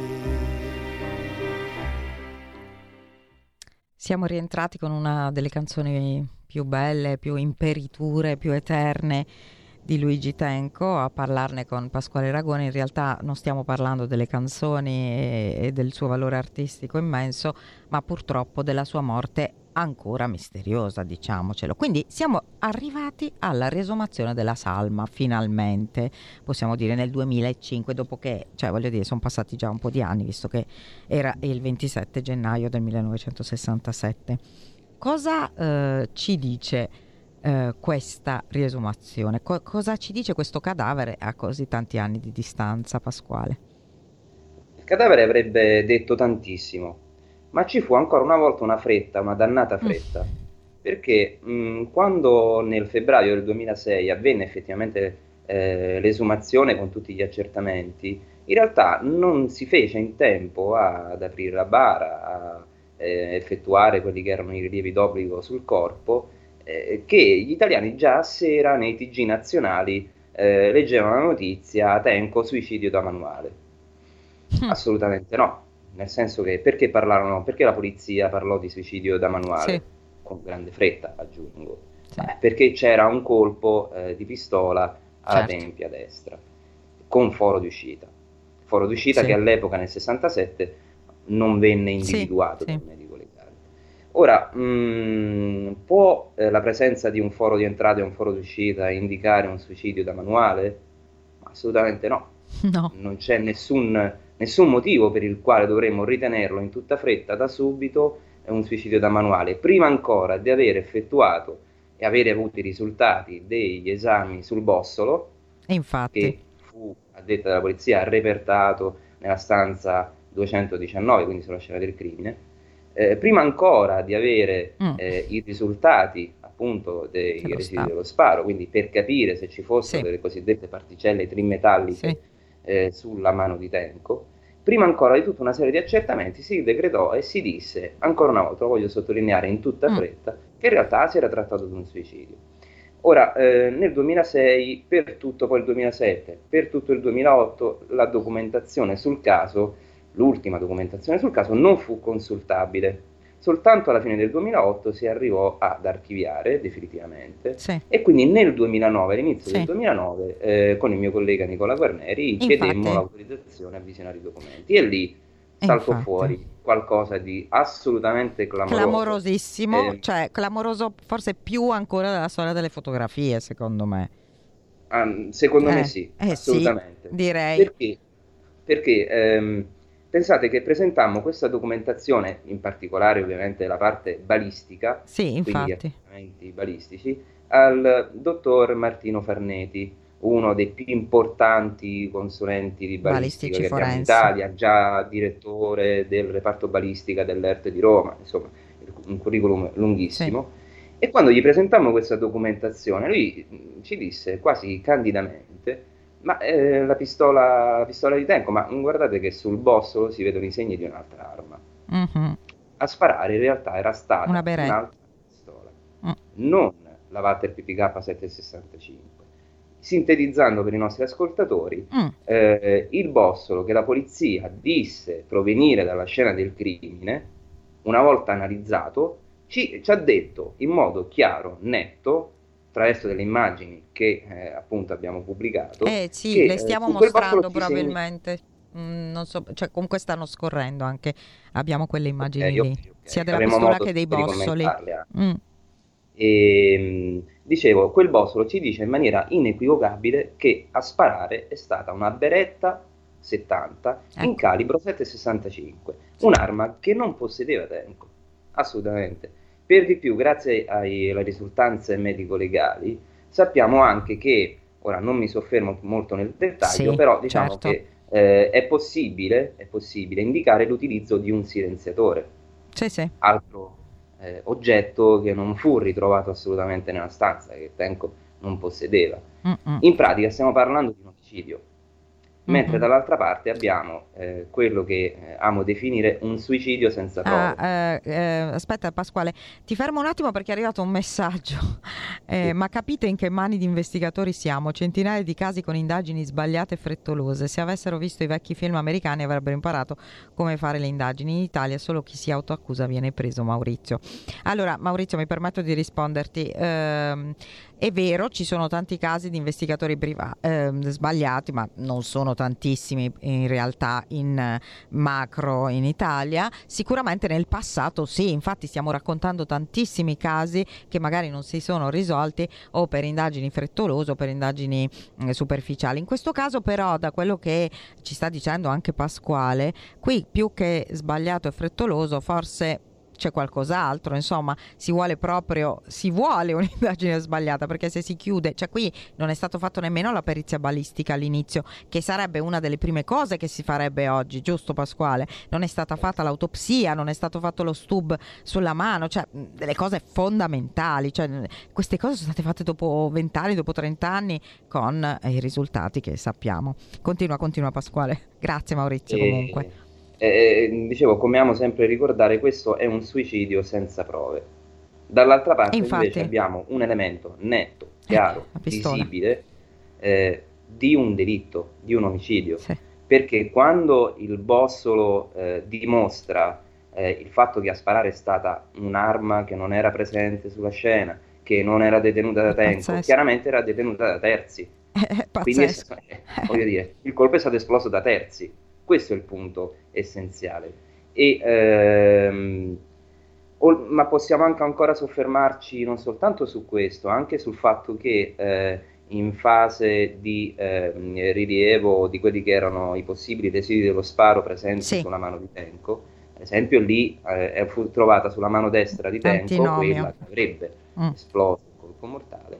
Siamo rientrati con una delle canzoni più belle, più imperiture, più eterne di Luigi Tenco a parlarne con Pasquale Ragone. In realtà non stiamo parlando delle canzoni e, e del suo valore artistico immenso, ma purtroppo della sua morte ancora misteriosa, diciamocelo. Quindi siamo arrivati alla riesumazione della salma, finalmente, possiamo dire nel duemilacinque, dopo che, cioè voglio dire, sono passati già un po' di anni, visto che era il ventisette gennaio del millenovecentosessantasette. Cosa eh, ci dice eh, questa riesumazione? Co- cosa ci dice questo cadavere a così tanti anni di distanza, Pasquale? Il cadavere avrebbe detto tantissimo, ma ci fu ancora una volta una fretta, una dannata fretta, mm. perché mh, quando nel febbraio del duemilasei avvenne effettivamente eh, l'esumazione con tutti gli accertamenti, in realtà non si fece in tempo a, ad aprire la bara, a eh, effettuare quelli che erano i rilievi d'obbligo sul corpo, eh, che gli italiani già a sera nei T G nazionali eh, leggevano la notizia: Tenco, suicidio da manuale. Mm. Assolutamente no. Nel senso che perché parlarono, perché la polizia parlò di suicidio da manuale? Sì. Con grande fretta, aggiungo. Sì. Eh, perché c'era un colpo eh, di pistola alla certo. tempia destra, con foro di uscita. Foro di uscita sì. che all'epoca, nel sessantasette, non venne individuato sì. dal medico legale. Ora, mh, può eh, la presenza di un foro di entrata e un foro di uscita indicare un suicidio da manuale? Assolutamente no. No. Non c'è nessun... nessun motivo per il quale dovremmo ritenerlo in tutta fretta da subito un suicidio da manuale, prima ancora di aver effettuato e avere avuto i risultati degli esami sul bossolo, infatti, che fu, a detta della polizia, repertato nella stanza duecentodiciannove, quindi sulla scena del crimine, eh, prima ancora di avere mm. eh, i risultati appunto dei residui dello sparo, quindi per capire se ci fossero sì. delle cosiddette particelle trimetalliche sì. Eh, sulla mano di Tenco, prima ancora di tutta una serie di accertamenti si decretò e si disse, ancora una volta lo voglio sottolineare in tutta fretta, mm. che in realtà si era trattato di un suicidio. Ora, eh, nel duemilasei, per tutto poi il duemilasette, per tutto il duemilaotto, la documentazione sul caso, l'ultima documentazione sul caso, non fu consultabile. Soltanto alla fine del duemilaotto si arrivò ad archiviare definitivamente sì. e quindi nel duemilanove, all'inizio sì. del duemilanove, eh, con il mio collega Nicola Guarneri chiedemmo l'autorizzazione a visionare i documenti e lì saltò Infatti. fuori qualcosa di assolutamente clamoroso. Clamorosissimo, Eh, cioè clamoroso forse più ancora della storia delle fotografie, secondo me. Um, secondo Eh, me sì, eh assolutamente. sì, direi. Perché? Perché ehm, pensate che presentammo questa documentazione, in particolare ovviamente la parte balistica, Sì, quindi gli infatti. argomenti balistici, al dottor Martino Farneti, uno dei più importanti consulenti di balistica Balistici che abbiamo in forensi. Italia, già direttore del reparto balistica dell'E R T di Roma, insomma, un curriculum lunghissimo. E quando gli presentammo questa documentazione, lui mh, ci disse quasi candidamente: ma eh, la pistola, la pistola di Tenco, ma guardate che sul bossolo si vedono i segni di un'altra arma. Mhm. A sparare in realtà era stata Una Beretta. un'altra pistola, Mm. non la Walther P P K settecentosessantacinque. Sintetizzando per i nostri ascoltatori, Mm. eh, il bossolo che la polizia disse provenire dalla scena del crimine, una volta analizzato, ci, ci ha detto in modo chiaro, netto, attraverso delle immagini che eh, appunto abbiamo pubblicato, Eh sì, che le eh, stiamo su quel mostrando bossolo si segna- probabilmente. Mm, non so, cioè comunque stanno scorrendo anche, abbiamo quelle immagini Ok, lì, ok, ok. sia della Avremo pistola modo che dei di bossoli. commentarle anche. Mm. E mh, dicevo, quel bossolo ci dice in maniera inequivocabile che a sparare è stata una Beretta settanta in Ecco. calibro sette virgola sessantacinque, un'arma che non possedeva Tenco, assolutamente. Per di più, grazie ai- alle risultanze medico-legali, sappiamo anche che, ora non mi soffermo molto nel dettaglio, Sì, però diciamo certo. che eh, è possibile, è possibile indicare l'utilizzo di un silenziatore, Sì, sì. altro eh, oggetto che non fu ritrovato assolutamente nella stanza, che Tenco non possedeva. Mm-mm. In pratica stiamo parlando di un omicidio, mentre Mhm. dall'altra parte abbiamo eh, quello che eh, amo definire un suicidio senza prove. Ah, eh, eh, aspetta Pasquale, ti fermo un attimo perché è arrivato un messaggio. Eh, ma capite in che mani di investigatori siamo? Centinaia di casi con indagini sbagliate e frettolose. Se avessero visto i vecchi film americani avrebbero imparato come fare le indagini. In Italia solo chi si autoaccusa viene preso, Maurizio. Allora, Maurizio, mi permetto di risponderti. Ehm, è vero, ci sono tanti casi di investigatori priva- ehm, sbagliati, ma non sono tantissimi in realtà in eh, macro in Italia. Sicuramente nel passato sì, infatti stiamo raccontando tantissimi casi che magari non si sono risolti o per indagini frettolose o per indagini eh, superficiali. In questo caso però, da quello che ci sta dicendo anche Pasquale, qui più che sbagliato e frettoloso forse c'è qualcos'altro, insomma, si vuole proprio, si vuole un'indagine sbagliata, perché se si chiude, cioè qui non è stato fatto nemmeno la perizia balistica all'inizio, che sarebbe una delle prime cose che si farebbe oggi, giusto Pasquale? Non è stata fatta l'autopsia, non è stato fatto lo stub sulla mano, cioè mh, delle cose fondamentali, cioè mh, queste cose sono state fatte dopo vent'anni, dopo trent'anni, con eh, i risultati che sappiamo. Continua, continua Pasquale. Grazie Maurizio E- comunque. eh, dicevo, come amo sempre ricordare, questo è un suicidio senza prove. Dall'altra parte Infatti. invece abbiamo un elemento netto, chiaro, la pistola. visibile eh, di un delitto, di un omicidio. Sì. Perché quando il bossolo eh, dimostra eh, il fatto che a sparare è stata un'arma che non era presente sulla scena, che non era detenuta da Tenco, Pazzesco. chiaramente era detenuta da terzi. È Quindi è- pazzesco. eh, voglio dire, il colpo è stato esploso da terzi. Questo è il punto essenziale. E, ehm, o- ma possiamo anche ancora soffermarci non soltanto su questo, anche sul fatto che eh, in fase di ehm, rilievo di quelli che erano i possibili residui dello sparo presenti Sì. sulla mano di Tenco, ad esempio lì eh, fu trovata sulla mano destra di Tenco Antinomio. quella che avrebbe Mm. esploso il colpo mortale,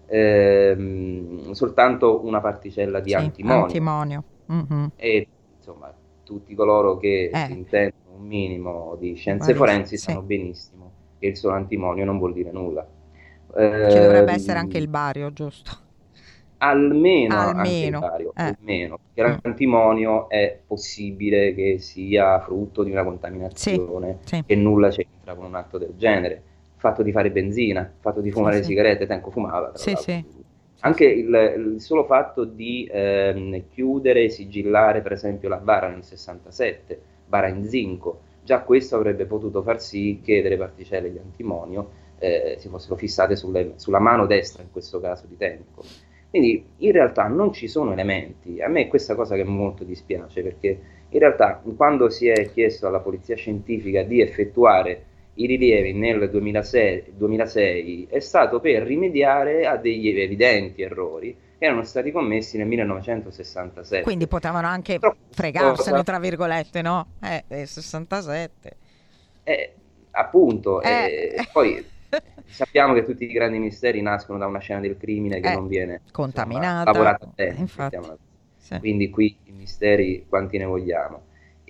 ehm, soltanto una particella di Sì, antimonio. antimonio. Mhm. E insomma, tutti coloro che Eh. si intendono un minimo di scienze Balisti- forensi sì. sanno benissimo che il solo antimonio non vuol dire nulla. Ci dovrebbe Ehm, essere anche il bario, giusto? Almeno, anche il Almeno, bario, eh. almeno, perché l'antimonio è possibile che sia frutto di una contaminazione Sì, sì. che nulla c'entra con un atto del genere. Il fatto di fare benzina, il fatto di fumare Sì, le sì. sigarette, Tenco fumava, tra Sì, l'altro. sì. Anche il, il solo fatto di ehm, chiudere e sigillare per esempio la bara nel sessantasette, bara in zinco, già questo avrebbe potuto far sì che delle particelle di antimonio eh, si fossero fissate sulle- sulla mano destra, in questo caso di Tenco. Quindi in realtà non ci sono elementi. A me è questa cosa che molto dispiace, perché In realtà, quando si è chiesto alla polizia scientifica di effettuare i rilievi nel duemilasei, duemilasei è stato per rimediare a degli evidenti errori che erano stati commessi nel millenovecentosessantasette. Quindi potevano anche Però, fregarsene, cosa... tra virgolette, no? Eh, eh sessantasette. Eh, appunto, eh. Eh, poi sappiamo che tutti i grandi misteri nascono da una scena del crimine che eh, non viene contaminata, insomma, lavorata bene. Infatti, sì. Quindi qui i misteri quanti ne vogliamo.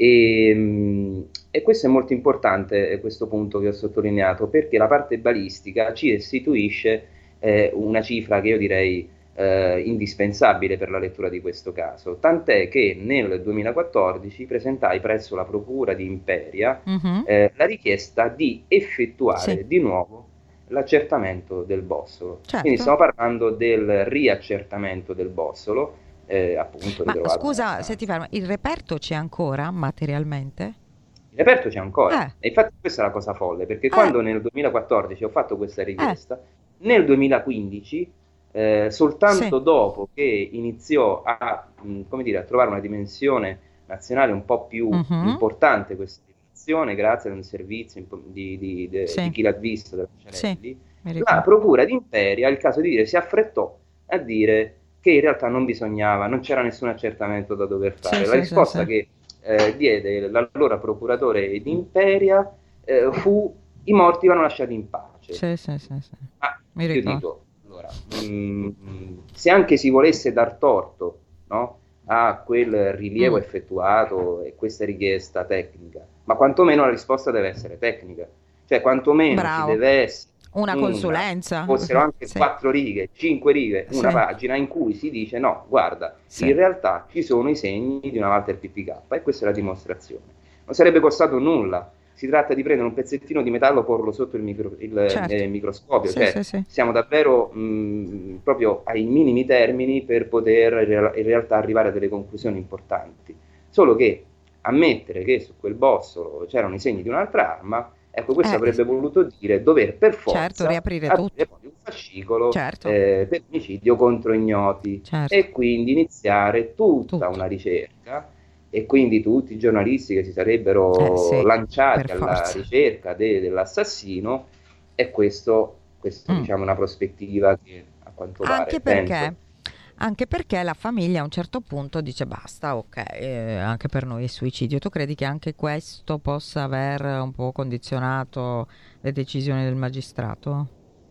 E, e questo è molto importante, questo punto che ho sottolineato, perché la parte balistica ci restituisce eh, una cifra che io direi eh, indispensabile per la lettura di questo caso, tant'è che nel duemilaquattordici presentai presso la Procura di Imperia uh-huh. eh, la richiesta di effettuare sì. di nuovo l'accertamento del bossolo. Certo. Quindi stiamo parlando del riaccertamento del bossolo. Eh, appunto, ma scusa una... se ti fermo, il reperto c'è ancora materialmente? Il reperto c'è ancora eh. e infatti questa è la cosa folle, perché eh. quando nel duemilaquattordici ho fatto questa richiesta, eh. nel duemilaquindici eh, soltanto sì. dopo che iniziò a, mh, come dire, a trovare una dimensione nazionale un po' più uh-huh. importante questa dimensione, grazie ad un servizio di, di, di, sì. di chi l'ha visto, da Cianelli, sì. la Procura di Imperia, il caso di dire, si affrettò a dire che in realtà non bisognava, non c'era nessun accertamento da dover fare. Sì, la sì, risposta sì, che eh, diede l'allora procuratore di Imperia eh, fu: i morti vanno lasciati in pace. Sì, sì, sì, sì. Ma Mi io dico, allora, mh, se anche si volesse dar torto, no, a quel rilievo mm. effettuato e questa richiesta tecnica, ma quantomeno la risposta deve essere tecnica, cioè quantomeno Bravo. ci deve essere una consulenza, fossero anche sì. quattro righe, cinque righe, una sì. pagina in cui si dice no, guarda, sì. in realtà ci sono i segni di una Walter P P K e questa è la dimostrazione. Non sarebbe costato nulla, si tratta di prendere un pezzettino di metallo, porlo sotto il, micro, il certo. eh, microscopio, sì, cioè sì, sì. siamo davvero mh, proprio ai minimi termini per poter in realtà arrivare a delle conclusioni importanti. Solo che ammettere che su quel bossolo c'erano i segni di un'altra arma, ecco, questo eh, avrebbe voluto dire dover per forza certo, riaprire aprire tutto. un fascicolo certo. eh, per omicidio contro ignoti certo. e quindi iniziare tutta tutto. una ricerca, e quindi tutti i giornalisti che si sarebbero eh, sì, lanciati alla forza. ricerca de- dell'assassino, e questo, questo mm. diciamo è una prospettiva che a quanto pare anche perché penso, Anche perché la famiglia a un certo punto dice basta, ok, eh, anche per noi è suicidio. Tu credi che anche questo possa aver un po' condizionato le decisioni del magistrato?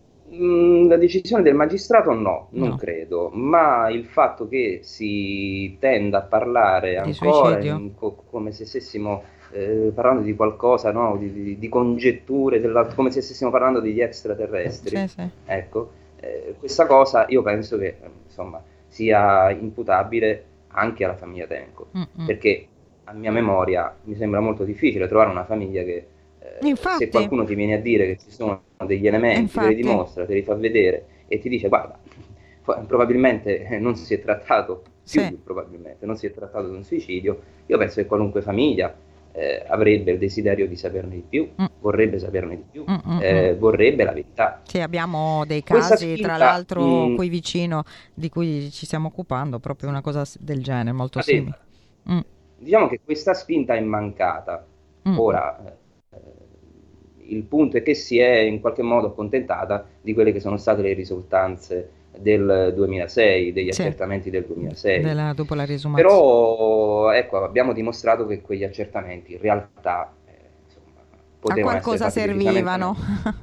Mm, la decisione del magistrato no, non no. credo, ma il fatto che si tenda a parlare di ancora in, co- come se stessimo eh, parlando di qualcosa, no? di, di, di congetture, come se stessimo parlando degli extraterrestri, sì, sì. ecco, eh, questa cosa io penso che insomma sia imputabile anche alla famiglia Tenco, Mm-mm. perché a mia memoria mi sembra molto difficile trovare una famiglia che eh, se qualcuno ti viene a dire che ci sono degli elementi, Infatti. te li dimostra, te li fa vedere e ti dice guarda, probabilmente non si è trattato più sì. probabilmente non si è trattato di un suicidio, io penso che qualunque famiglia eh, avrebbe il desiderio di saperne di più, mm. vorrebbe saperne di più, eh, vorrebbe la verità. Sì, abbiamo dei casi, spinta, tra l'altro mh, qui vicino, di cui ci stiamo occupando, proprio una cosa del genere, molto simile. Mm. Diciamo che questa spinta è mancata. Mm. Ora, eh, il punto è che si è in qualche modo accontentata di quelle che sono state le risultanze del duemilasei, degli sì. accertamenti del duemilasei. Della, dopo la riesumazione. Però, ecco, abbiamo dimostrato che quegli accertamenti in realtà eh, insomma, potevano a qualcosa essere servivano.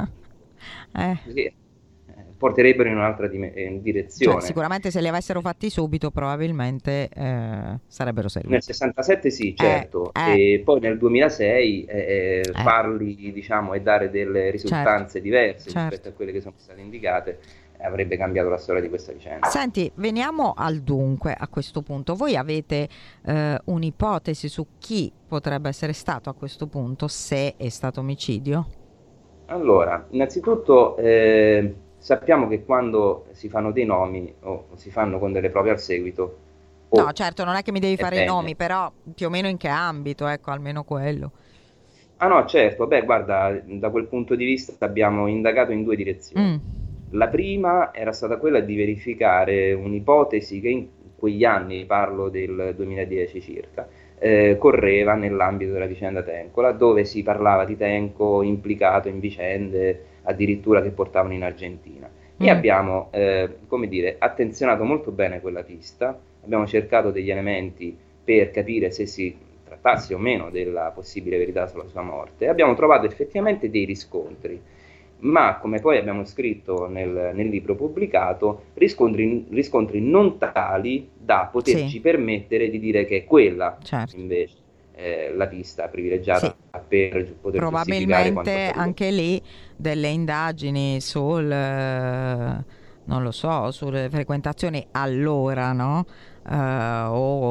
eh. Sì, eh, porterebbero in un'altra dim- in direzione. Cioè, sicuramente se li avessero fatti subito probabilmente eh, sarebbero serviti. Nel sessantasette sì, certo, eh, eh. e poi nel duemilasei eh, eh. farli, diciamo, e dare delle risultanze certo. diverse certo. rispetto a quelle che sono state indicate avrebbe cambiato la storia di questa vicenda. Senti, veniamo al dunque a questo punto. Voi avete eh, un'ipotesi su chi potrebbe essere stato a questo punto, se è stato omicidio? Allora, innanzitutto eh, sappiamo che quando si fanno dei nomi o si fanno con delle prove al seguito... Oh, no, certo, non è che mi devi fare bene. i nomi, però più o meno in che ambito, ecco, almeno quello. Ah no, certo, beh, guarda, da quel punto di vista abbiamo indagato in due direzioni. Mm. La prima era stata quella di verificare un'ipotesi che in quegli anni, parlo del duemiladieci circa, eh, correva nell'ambito della vicenda Tenco, laddove si parlava di Tenco implicato in vicende addirittura che portavano in Argentina. Mm. E abbiamo, eh, come dire, attenzionato molto bene quella pista, abbiamo cercato degli elementi per capire se si trattasse o meno della possibile verità sulla sua morte, e abbiamo trovato effettivamente dei riscontri, ma come poi abbiamo scritto nel, nel libro pubblicato, riscontri, riscontri non tali da poterci sì. permettere di dire che è quella certo. invece eh, la pista privilegiata sì. per poter probabilmente anche lì delle indagini sul eh, non lo so, sulle frequentazioni allora, no? Uh,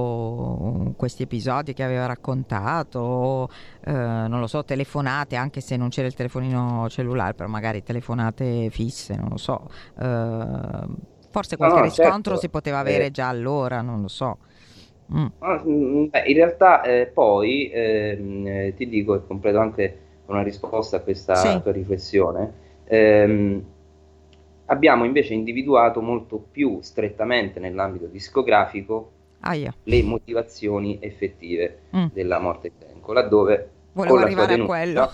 o questi episodi che aveva raccontato, o uh, non lo so, telefonate, anche se non c'era il telefonino cellulare, però magari telefonate fisse, non lo so. Uh, forse qualche no, no, riscontro certo. si poteva avere eh. già allora, non lo so. Mm. Beh, in realtà eh, poi eh, ti dico, e completo anche una risposta a questa sì. tua riflessione. Ehm, Abbiamo invece individuato molto più strettamente nell'ambito discografico ah, yeah. le motivazioni effettive mm. della morte di Tenco, laddove volevo arrivare a quello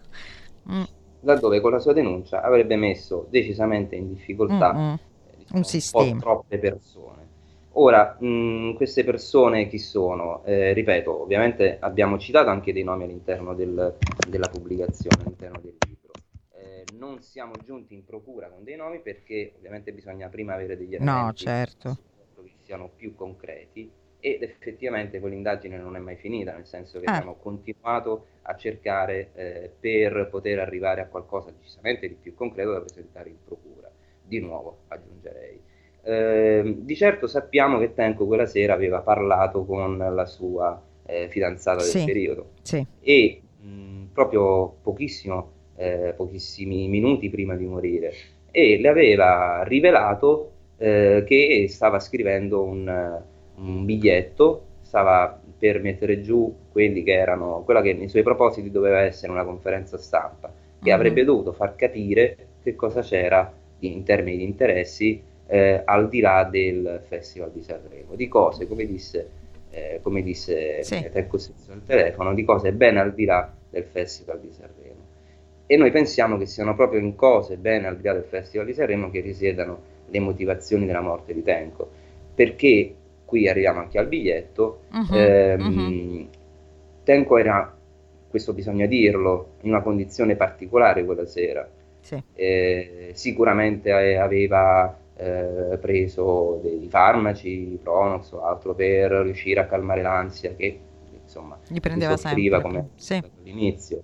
mm. laddove con la sua denuncia avrebbe messo decisamente in difficoltà mm-hmm. eh, diciamo, un, sistema. un po' troppe persone. Ora, mh, queste persone chi sono? Eh, ripeto, ovviamente abbiamo citato anche dei nomi all'interno del, della pubblicazione, all'interno del libro. Non siamo giunti in procura con dei nomi perché ovviamente bisogna prima avere degli elementi no, certo. che siano più concreti, ed effettivamente quell'indagine non è mai finita, nel senso che eh. abbiamo continuato a cercare eh, per poter arrivare a qualcosa decisamente di più concreto da presentare in procura, di nuovo aggiungerei. Eh, di certo sappiamo che Tenco quella sera aveva parlato con la sua eh, fidanzata del sì. periodo sì. e mh, proprio pochissimo Eh, pochissimi minuti prima di morire, e le aveva rivelato eh, che stava scrivendo un, un biglietto, stava per mettere giù quelli che erano, quella che nei suoi propositi doveva essere una conferenza stampa, che uh-huh. avrebbe dovuto far capire che cosa c'era in termini di interessi eh, al di là del Festival di Sanremo, di cose, come disse, eh, come disse sì. Tenco stesso al telefono, di cose ben al di là del Festival di Sanremo. E noi pensiamo che siano proprio in cose bene al di là del Festival di Sanremo che risiedano le motivazioni della morte di Tenco, perché qui arriviamo anche al biglietto. uh-huh, ehm, uh-huh. Tenco era, questo bisogna dirlo, in una condizione particolare quella sera. Sì. Eh, sicuramente aveva eh, preso dei farmaci, Pronox o altro, per riuscire a calmare l'ansia che insomma gli prendeva sempre come sì. all'inizio.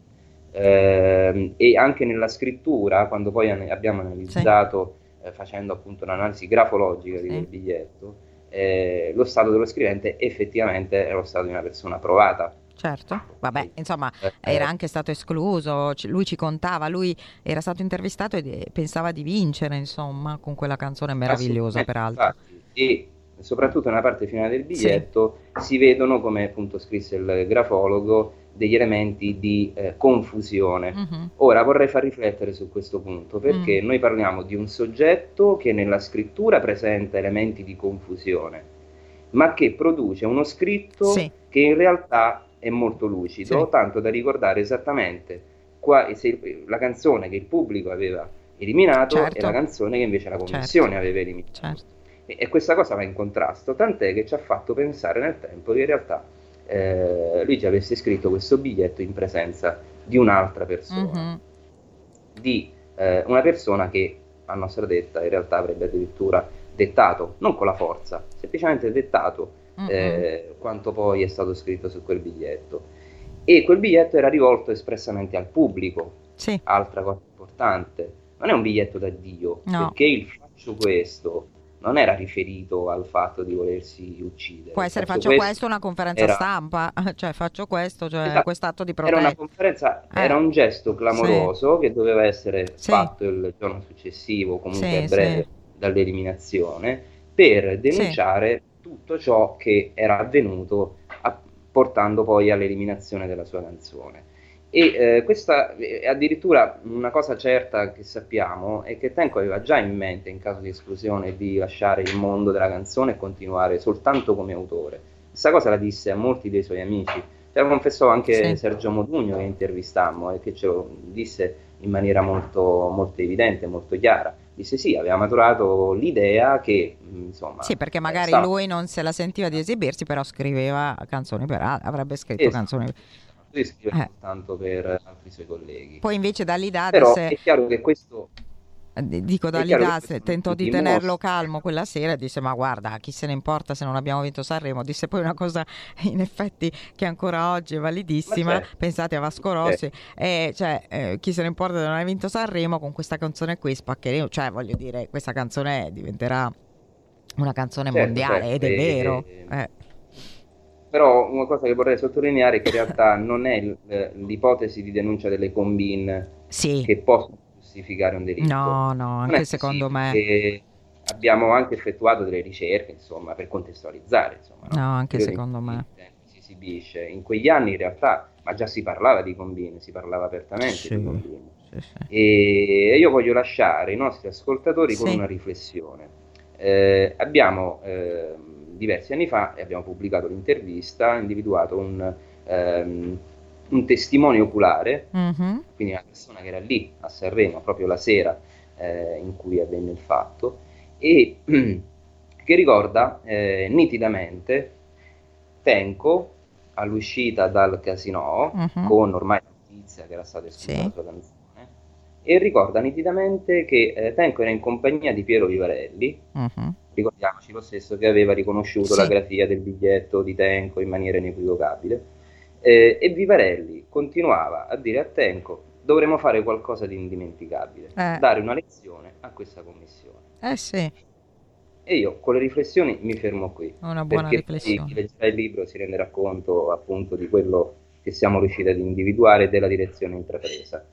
Eh, e anche nella scrittura, quando poi an- abbiamo analizzato sì. eh, facendo appunto un'analisi grafologica sì. di quel biglietto, eh, lo stato dello scrivente effettivamente è lo stato di una persona provata. Certo, vabbè, insomma era anche stato escluso, c- lui ci contava, lui era stato intervistato e pensava di vincere, insomma, con quella canzone meravigliosa peraltro. Infatti, e soprattutto nella parte finale del biglietto sì. si vedono, come appunto scrisse il grafologo, degli elementi di eh, confusione. Uh-huh. Ora vorrei far riflettere su questo punto, perché uh-huh. noi parliamo di un soggetto che nella scrittura presenta elementi di confusione, ma che produce uno scritto sì. che in realtà è molto lucido, sì. tanto da ricordare esattamente qua, se, la canzone che il pubblico aveva eliminato certo. e la canzone che invece la commissione certo. aveva eliminato. Certo. E, e questa cosa va in contrasto, tant'è che ci ha fatto pensare nel tempo che in realtà Eh, lui ci avesse scritto questo biglietto in presenza di un'altra persona, mm-hmm. di eh, una persona che a nostra detta in realtà avrebbe addirittura dettato, non con la forza, semplicemente dettato mm-hmm. eh, quanto poi è stato scritto su quel biglietto. E quel biglietto era rivolto espressamente al pubblico, sì. altra cosa importante, non è un biglietto d'addio, no. perché il faccio questo non era riferito al fatto di volersi uccidere. Può essere faccio, faccio questo una conferenza era... stampa, cioè faccio questo, cioè esatto. quest'atto di protesta. Era una conferenza, eh. era un gesto clamoroso sì. che doveva essere sì. fatto il giorno successivo, comunque sì, a breve, sì. dall'eliminazione, per denunciare sì. tutto ciò che era avvenuto, a, portando poi all'eliminazione della sua canzone. E eh, questa è addirittura una cosa certa che sappiamo, è che Tenco aveva già in mente, in caso di esclusione, di lasciare il mondo della canzone e continuare soltanto come autore, Questa cosa la disse a molti dei suoi amici, ce la confessò anche Sì. Sergio Modugno che intervistammo e che ce lo disse in maniera molto, molto evidente, molto chiara. Disse sì, aveva maturato l'idea che insomma... Sì, perché magari stava... lui non se la sentiva di esibirsi, però scriveva canzoni per altri, avrebbe scritto esatto. canzoni per... Lui scrive Eh. soltanto per altri suoi colleghi. Poi invece Dalida Però disse... è chiaro che questo... Dico, è chiaro Dalida che questo tentò di dimostra- tenerlo calmo quella sera e disse ma guarda, chi se ne importa se non abbiamo vinto Sanremo. Disse poi una cosa in effetti che ancora oggi è validissima, certo. pensate a Vasco Rossi, e cioè eh, chi se ne importa se non hai vinto Sanremo, con questa canzone qui spaccheremo, cioè voglio dire, questa canzone diventerà una canzone Certo, mondiale, certo, ed è e- vero. Eh. Però una cosa che vorrei sottolineare è che in realtà non è l- l'ipotesi di denuncia delle combine Sì. che possono giustificare un delitto. No, no, Non è anche così, secondo me. perché abbiamo anche effettuato delle ricerche, insomma, per contestualizzare, insomma, no? No, anche Periodo secondo in cui me. si esibisce. In quegli anni in realtà, ma già si parlava di combine, si parlava apertamente Sì, di combine. sì, sì. E io voglio lasciare i nostri ascoltatori con Sì. una riflessione. Eh, abbiamo eh, diversi anni fa e abbiamo pubblicato l'intervista, individuato un, ehm, un testimone oculare, Mhm. quindi una persona che era lì a Sanremo proprio la sera eh, in cui avvenne il fatto, e che ricorda eh, nitidamente Tenco all'uscita dal casino Mhm. con ormai la notizia che era stata esclusa Sì. la sua canzone, e ricorda nitidamente che eh, Tenco era in compagnia di Piero Vivarelli, Mhm. ricordiamoci lo stesso che aveva riconosciuto Sì. la grafia del biglietto di Tenco in maniera inequivocabile, eh, e Vivarelli continuava a dire a Tenco: dovremmo fare qualcosa di indimenticabile, Eh. dare una lezione a questa commissione. Eh sì, E io con le riflessioni mi fermo qui, una buona perché poi riflessione. chi leggerà il libro si renderà conto appunto di quello che siamo riusciti ad individuare e della direzione intrapresa.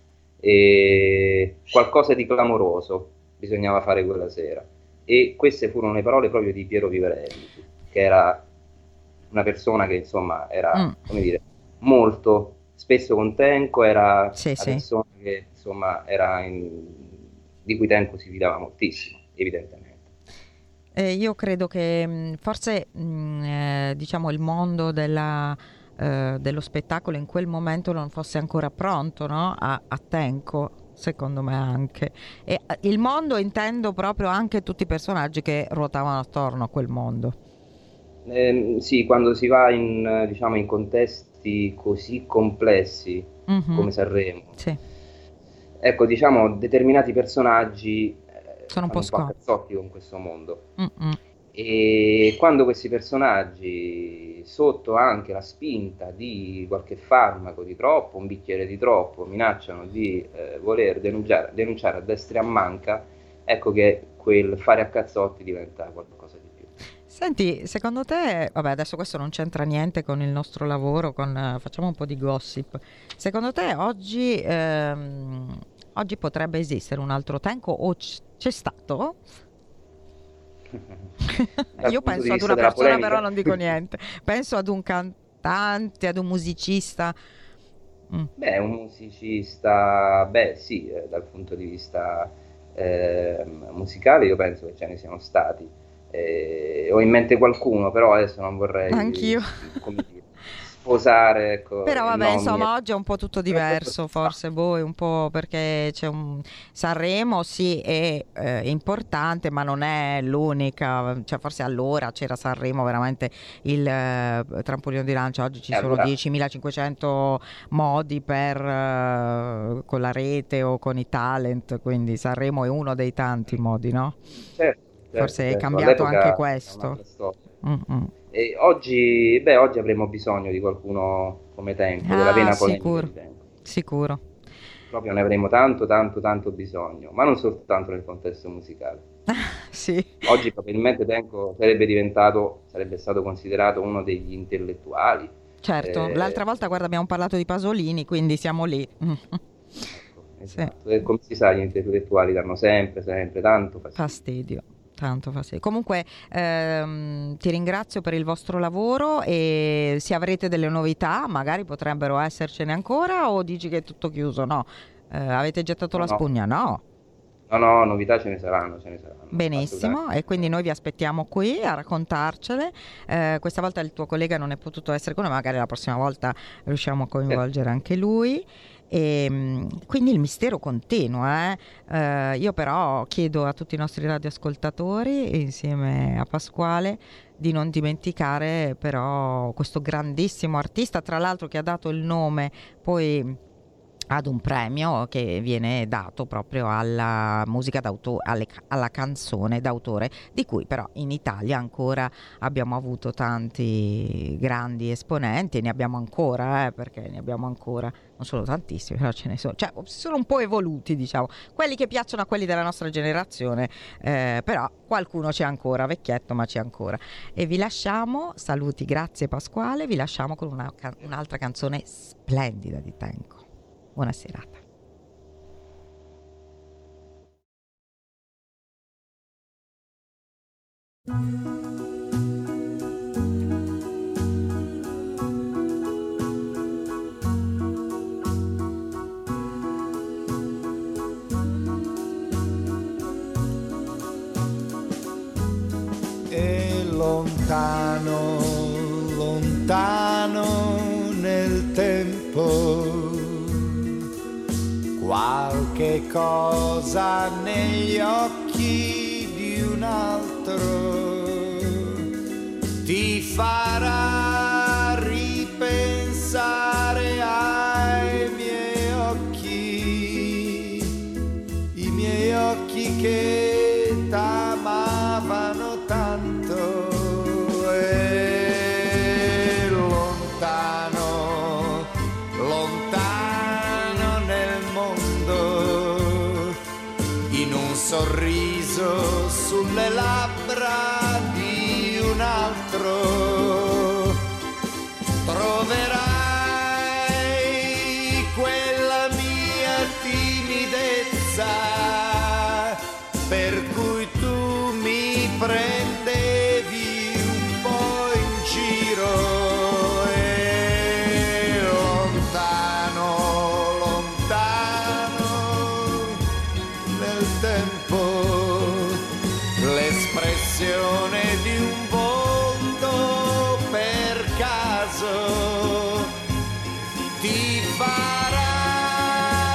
E qualcosa di clamoroso bisognava fare quella sera, e queste furono le parole proprio di Piero Vivarelli, che era una persona che insomma era, Mm. come dire, molto spesso con Tenco, era Sì, una sì. persona che insomma era in- di cui Tenco si fidava moltissimo, evidentemente. Eh, io credo che mh, forse mh, eh, diciamo il mondo della, eh, dello spettacolo in quel momento non fosse ancora pronto, no? a, a Tenco, secondo me anche. E eh, il mondo intendo proprio anche tutti i personaggi che ruotavano attorno a quel mondo. Ehm, sì, quando si va in, eh, diciamo, in contesti così complessi Mhm. come Sanremo, Sì. ecco, diciamo, determinati personaggi eh, Sono un fanno po' a scomodi. cazzotti con questo mondo. Mm-mm. E quando questi personaggi, sotto anche la spinta di qualche farmaco di troppo, un bicchiere di troppo, minacciano di eh, voler denunciare, denunciare a destra e a manca, ecco che quel fare a cazzotti diventa qualcosa di più. Senti, secondo te, vabbè, adesso questo non c'entra niente con il nostro lavoro, con, eh, facciamo un po' di gossip. Secondo te oggi, ehm, oggi potrebbe esistere un altro Tenco o c- c'è stato? Dal Io punto penso di ad vista una della persona, polemica. però non dico niente. Penso ad un cantante, ad un musicista. Mm. Beh, un musicista, beh sì, eh, dal punto di vista eh, musicale io penso che ce ne siano stati. Eh, ho in mente qualcuno, però adesso non vorrei Anch'io. come dire, sposare, ecco, Però vabbè, nomi. insomma, oggi è un po' tutto diverso, forse, boh, è un po' perché c'è un Sanremo, sì, è eh, importante, ma non è l'unica, cioè forse allora c'era Sanremo veramente il eh, trampolino di lancio, oggi ci E sono allora- diecimilacinquecento modi per eh, con la rete o con i talent, quindi Sanremo è uno dei tanti modi, no? Certo, certo, Forse è certo. cambiato All'epoca anche era questo. un'altra storia. Mm-mm. E oggi, beh, oggi avremo bisogno di qualcuno come Tenco, della Ah, vena polemica sicuro, di Tenco. sicuro. Proprio ne avremo tanto, tanto, tanto bisogno, ma non soltanto nel contesto musicale. Sì. Oggi probabilmente Tenco sarebbe diventato, sarebbe stato considerato uno degli intellettuali. Certo, Eh, l'altra volta guarda abbiamo parlato di Pasolini, quindi siamo lì. Esatto. E come si sa, gli intellettuali danno sempre, sempre tanto fastidio. Fastidio, tanto fastidio. Comunque ehm, ti ringrazio per il vostro lavoro e se avrete delle novità, magari potrebbero essercene ancora o dici che è tutto chiuso? No, Eh, avete gettato No, la no. spugna? No. No, no, novità ce ne saranno, ce ne saranno. Benissimo, e quindi noi vi aspettiamo qui a raccontarcele. Eh, questa volta il tuo collega non è potuto essere con noi, magari la prossima volta riusciamo a coinvolgere anche lui. E quindi il mistero continua. Eh? Eh, io però chiedo a tutti i nostri radioascoltatori, insieme a Pasquale, di non dimenticare però questo grandissimo artista, tra l'altro che ha dato il nome poi ad un premio che viene dato proprio alla musica d'autore, alle, alla canzone d'autore, di cui però in Italia ancora abbiamo avuto tanti grandi esponenti, ne abbiamo ancora, eh, perché ne abbiamo ancora, non solo tantissimi, però ce ne sono, cioè sono un po' evoluti, diciamo, quelli che piacciono a quelli della nostra generazione, eh, però qualcuno c'è ancora, vecchietto, ma c'è ancora. E vi lasciamo, saluti, grazie Pasquale, vi lasciamo con una, un'altra canzone splendida di Tenco. Buona serata. E lontano, lontano nel tempo, qualche cosa negli occhi di un altro ti farà ripensare ai miei occhi, i miei occhi che t'amavano tanto. E lontano, lontano nel mondo, in un sorriso sulle labbra di un altro, troverai quella mia timidezza per cui tu mi prendevi un po' in giro. E lontano, lontano nel tempo, l'espressione di un volto per caso ti farà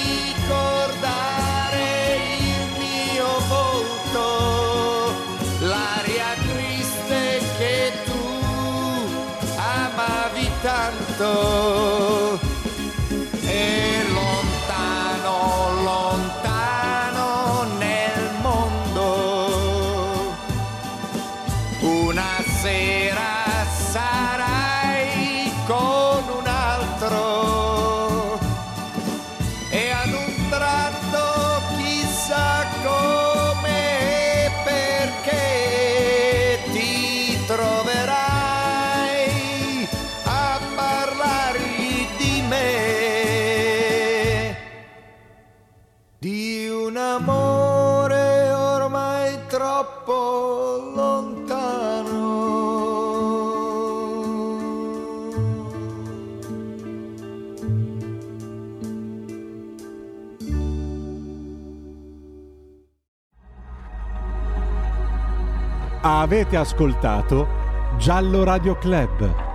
ricordare il mio volto, l'aria triste che tu amavi tanto. E lontano, lontano nel mondo, una sera sarai con un altro e ad un tratto chissà come e perché ti troverai a parlargli di me, di un amore ormai troppo lontano. Avete ascoltato Giallo Radio Club.